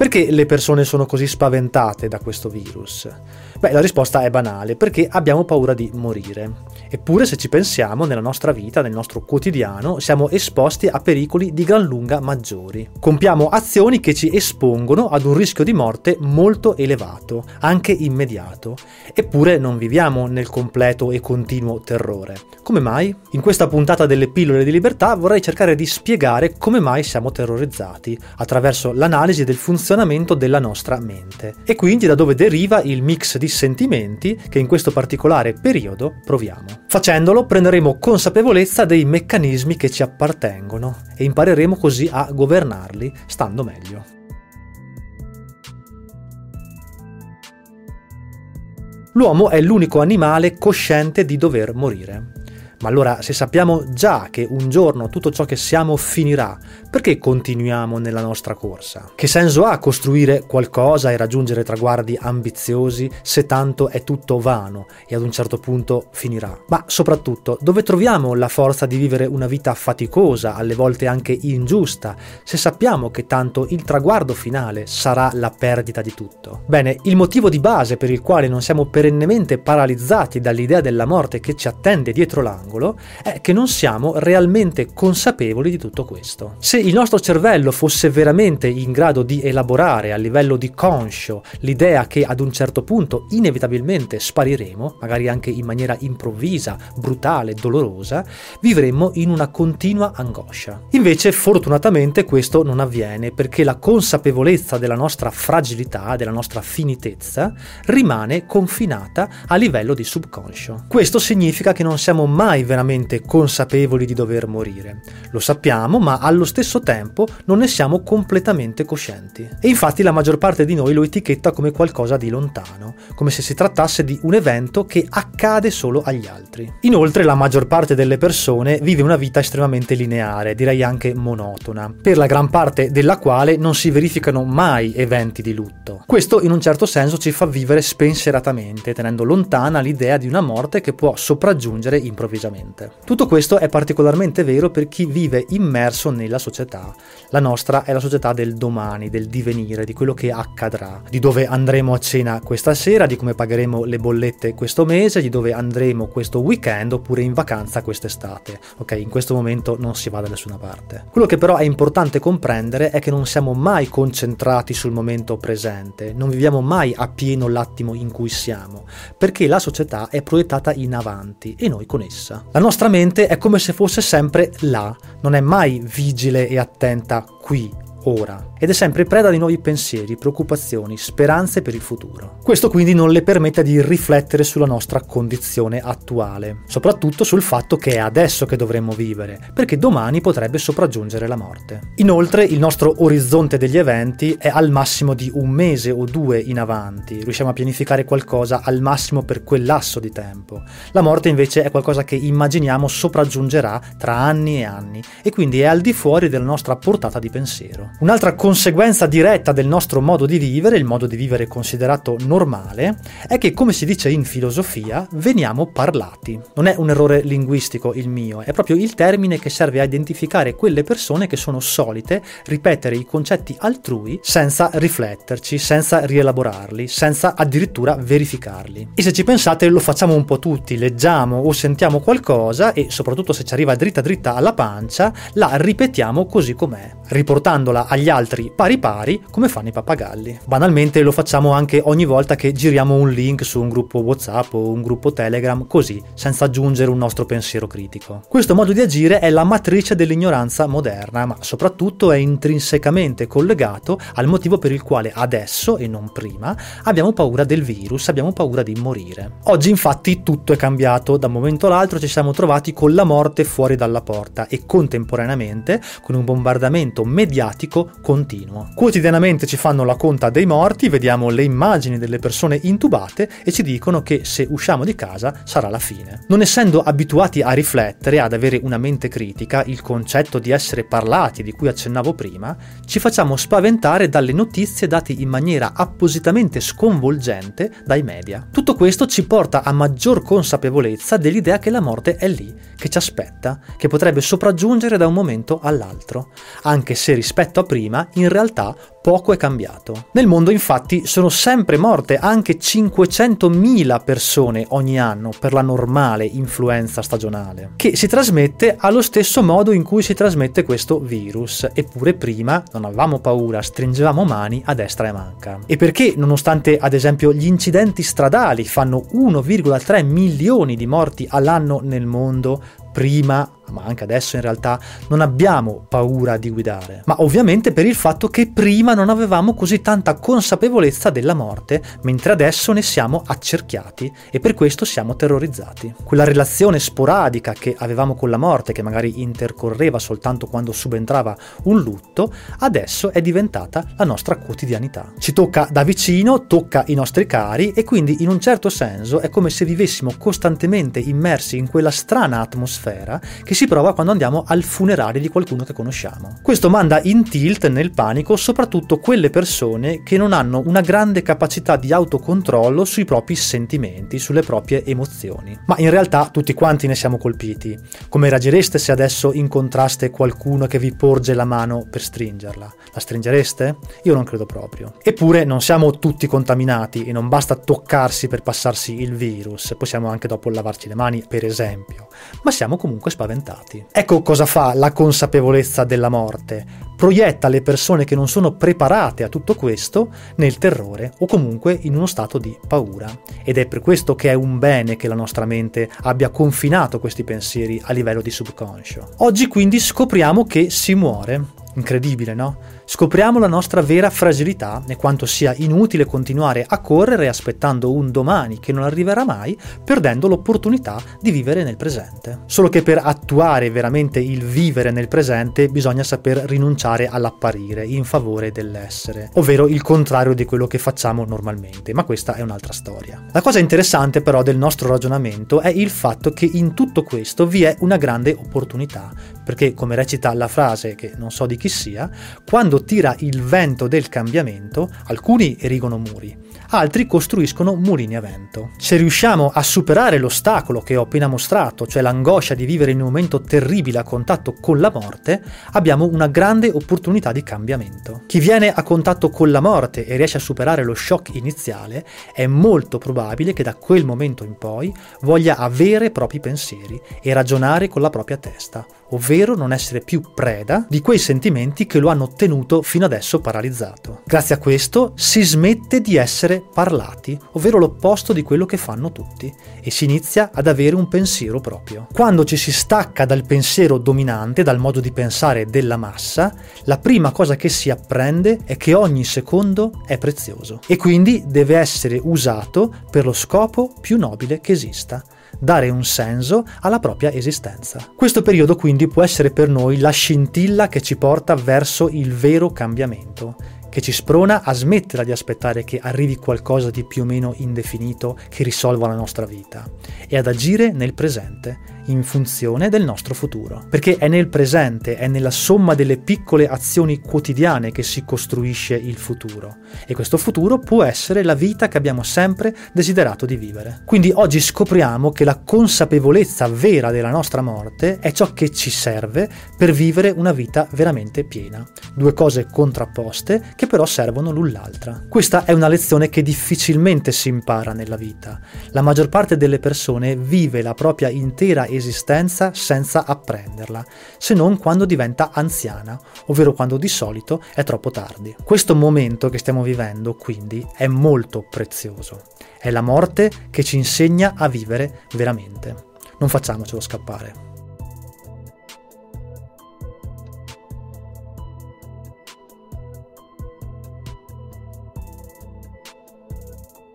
Perché le persone sono così spaventate da questo virus? Beh, la risposta è banale, perché abbiamo paura di morire. Eppure, se ci pensiamo, nella nostra vita, nel nostro quotidiano, siamo esposti a pericoli di gran lunga maggiori. Compiamo azioni che ci espongono ad un rischio di morte molto elevato, anche immediato. Eppure non viviamo nel completo e continuo terrore. Come mai? In questa puntata delle pillole di libertà vorrei cercare di spiegare come mai siamo terrorizzati, attraverso l'analisi del funzionamento della nostra mente, e quindi da dove deriva il mix di sentimenti che in questo particolare periodo proviamo. Facendolo prenderemo consapevolezza dei meccanismi che ci appartengono e impareremo così a governarli stando meglio. L'uomo è l'unico animale cosciente di dover morire. Ma allora, se sappiamo già che un giorno tutto ciò che siamo finirà, perché continuiamo nella nostra corsa? Che senso ha costruire qualcosa e raggiungere traguardi ambiziosi se tanto è tutto vano e ad un certo punto finirà? Ma soprattutto, dove troviamo la forza di vivere una vita faticosa, alle volte anche ingiusta, se sappiamo che tanto il traguardo finale sarà la perdita di tutto? Bene, il motivo di base per il quale non siamo perennemente paralizzati dall'idea della morte che ci attende dietro l'angolo è che non siamo realmente consapevoli di tutto questo. Se il nostro cervello fosse veramente in grado di elaborare a livello di conscio l'idea che ad un certo punto inevitabilmente spariremo, magari anche in maniera improvvisa, brutale, dolorosa, vivremmo in una continua angoscia. Invece, fortunatamente, questo non avviene perché la consapevolezza della nostra fragilità, della nostra finitezza, rimane confinata a livello di subconscio. Questo significa che non siamo mai veramente consapevoli di dover morire. Lo sappiamo, ma allo stesso tempo non ne siamo completamente coscienti. E infatti la maggior parte di noi lo etichetta come qualcosa di lontano, come se si trattasse di un evento che accade solo agli altri. Inoltre la maggior parte delle persone vive una vita estremamente lineare, direi anche monotona, per la gran parte della quale non si verificano mai eventi di lutto. Questo in un certo senso ci fa vivere spensieratamente, tenendo lontana l'idea di una morte che può sopraggiungere improvvisamente. Tutto questo è particolarmente vero per chi vive immerso nella società. La nostra è la società del domani, del divenire, di quello che accadrà, di dove andremo a cena questa sera, di come pagheremo le bollette questo mese, di dove andremo questo weekend oppure in vacanza quest'estate. Ok, in questo momento non si va da nessuna parte. Quello che però è importante comprendere è che non siamo mai concentrati sul momento presente, non viviamo mai appieno l'attimo in cui siamo, perché la società è proiettata in avanti e noi con essa. La nostra mente è come se fosse sempre là, non è mai vigile e attenta qui, ora, ed è sempre preda di nuovi pensieri, preoccupazioni, speranze per il futuro. Questo quindi non le permette di riflettere sulla nostra condizione attuale, soprattutto sul fatto che è adesso che dovremmo vivere, perché domani potrebbe sopraggiungere la morte. Inoltre il nostro orizzonte degli eventi è al massimo di 1 mese o 2 in avanti, riusciamo a pianificare qualcosa al massimo per quel lasso di tempo. La morte invece è qualcosa che immaginiamo sopraggiungerà tra anni e anni, e quindi è al di fuori della nostra portata di pensiero. Un'altra conseguenza diretta del nostro modo di vivere, il modo di vivere considerato normale, è che, come si dice in filosofia, veniamo parlati. Non è un errore linguistico il mio, è proprio il termine che serve a identificare quelle persone che sono solite ripetere i concetti altrui senza rifletterci, senza rielaborarli, senza addirittura verificarli. E se ci pensate lo facciamo un po' tutti, leggiamo o sentiamo qualcosa e soprattutto se ci arriva dritta dritta alla pancia, la ripetiamo così com'è, riportandola agli altri pari pari come fanno i pappagalli. Banalmente lo facciamo anche ogni volta che giriamo un link su un gruppo WhatsApp o un gruppo Telegram, così, senza aggiungere un nostro pensiero critico. Questo modo di agire è la matrice dell'ignoranza moderna, ma soprattutto è intrinsecamente collegato al motivo per il quale adesso, e non prima, abbiamo paura del virus, abbiamo paura di morire. Oggi infatti tutto è cambiato, da un momento all'altro ci siamo trovati con la morte fuori dalla porta e contemporaneamente con un bombardamento mediatico continuo. Quotidianamente ci fanno la conta dei morti, vediamo le immagini delle persone intubate e ci dicono che se usciamo di casa sarà la fine. Non essendo abituati a riflettere, ad avere una mente critica, il concetto di essere parlati di cui accennavo prima, ci facciamo spaventare dalle notizie date in maniera appositamente sconvolgente dai media. Tutto questo ci porta a maggior consapevolezza dell'idea che la morte è lì, che ci aspetta, che potrebbe sopraggiungere da un momento all'altro, anche se rispetto a a prima, in realtà poco è cambiato. Nel mondo infatti sono sempre morte anche 500.000 persone ogni anno per la normale influenza stagionale, che si trasmette allo stesso modo in cui si trasmette questo virus, eppure prima non avevamo paura, stringevamo mani a destra e a manca. E perché nonostante ad esempio gli incidenti stradali fanno 1,3 milioni di morti all'anno nel mondo, prima, ma anche adesso in realtà, non abbiamo paura di guidare? Ma ovviamente per il fatto che prima non avevamo così tanta consapevolezza della morte, mentre adesso ne siamo accerchiati e per questo siamo terrorizzati. Quella relazione sporadica che avevamo con la morte, che magari intercorreva soltanto quando subentrava un lutto, adesso è diventata la nostra quotidianità. Ci tocca da vicino, tocca i nostri cari e quindi in un certo senso è come se vivessimo costantemente immersi in quella strana atmosfera che si prova quando andiamo al funerale di qualcuno che conosciamo. Questo manda in tilt, nel panico, soprattutto quelle persone che non hanno una grande capacità di autocontrollo sui propri sentimenti, sulle proprie emozioni. Ma in realtà tutti quanti ne siamo colpiti. Come reagireste se adesso incontraste qualcuno che vi porge la mano per stringerla? La stringereste? Io non credo proprio. Eppure non siamo tutti contaminati e non basta toccarsi per passarsi il virus, possiamo anche dopo lavarci le mani, per esempio, ma siamo comunque spaventati. Ecco cosa fa la consapevolezza della morte: proietta le persone che non sono preparate a tutto questo nel terrore o comunque in uno stato di paura, ed è per questo che è un bene che la nostra mente abbia confinato questi pensieri a livello di subconscio. Oggi quindi scopriamo che si muore. Incredibile, no? Scopriamo la nostra vera fragilità e quanto sia inutile continuare a correre aspettando un domani che non arriverà mai, perdendo l'opportunità di vivere nel presente. Solo che per attuare veramente il vivere nel presente bisogna saper rinunciare all'apparire in favore dell'essere, ovvero il contrario di quello che facciamo normalmente, ma questa è un'altra storia. La cosa interessante però del nostro ragionamento è il fatto che in tutto questo vi è una grande opportunità, perché come recita la frase, che non so di chi sia, quando tira il vento del cambiamento, alcuni erigono muri, altri costruiscono mulini a vento. Se riusciamo a superare l'ostacolo che ho appena mostrato, cioè l'angoscia di vivere in un momento terribile a contatto con la morte, abbiamo una grande opportunità di cambiamento. Chi viene a contatto con la morte e riesce a superare lo shock iniziale, è molto probabile che da quel momento in poi voglia avere propri pensieri e ragionare con la propria testa, ovvero non essere più preda di quei sentimenti che lo hanno tenuto fino adesso paralizzato. Grazie a questo si smette di essere parlati, ovvero l'opposto di quello che fanno tutti, e si inizia ad avere un pensiero proprio. Quando ci si stacca dal pensiero dominante, dal modo di pensare della massa, la prima cosa che si apprende è che ogni secondo è prezioso e quindi deve essere usato per lo scopo più nobile che esista: dare un senso alla propria esistenza. Questo periodo quindi può essere per noi la scintilla che ci porta verso il vero cambiamento, che ci sprona a smettere di aspettare che arrivi qualcosa di più o meno indefinito che risolva la nostra vita e ad agire nel presente, in funzione del nostro futuro. Perché è nel presente, è nella somma delle piccole azioni quotidiane che si costruisce il futuro, e questo futuro può essere la vita che abbiamo sempre desiderato di vivere. Quindi oggi scopriamo che la consapevolezza vera della nostra morte è ciò che ci serve per vivere una vita veramente piena. Due cose contrapposte che però servono l'un l'altra. Questa è una lezione che difficilmente si impara nella vita. La maggior parte delle persone vive la propria intera esistenza senza apprenderla, se non quando diventa anziana, ovvero quando di solito è troppo tardi. Questo momento che stiamo vivendo, quindi, è molto prezioso. È la morte che ci insegna a vivere veramente. Non facciamocelo scappare.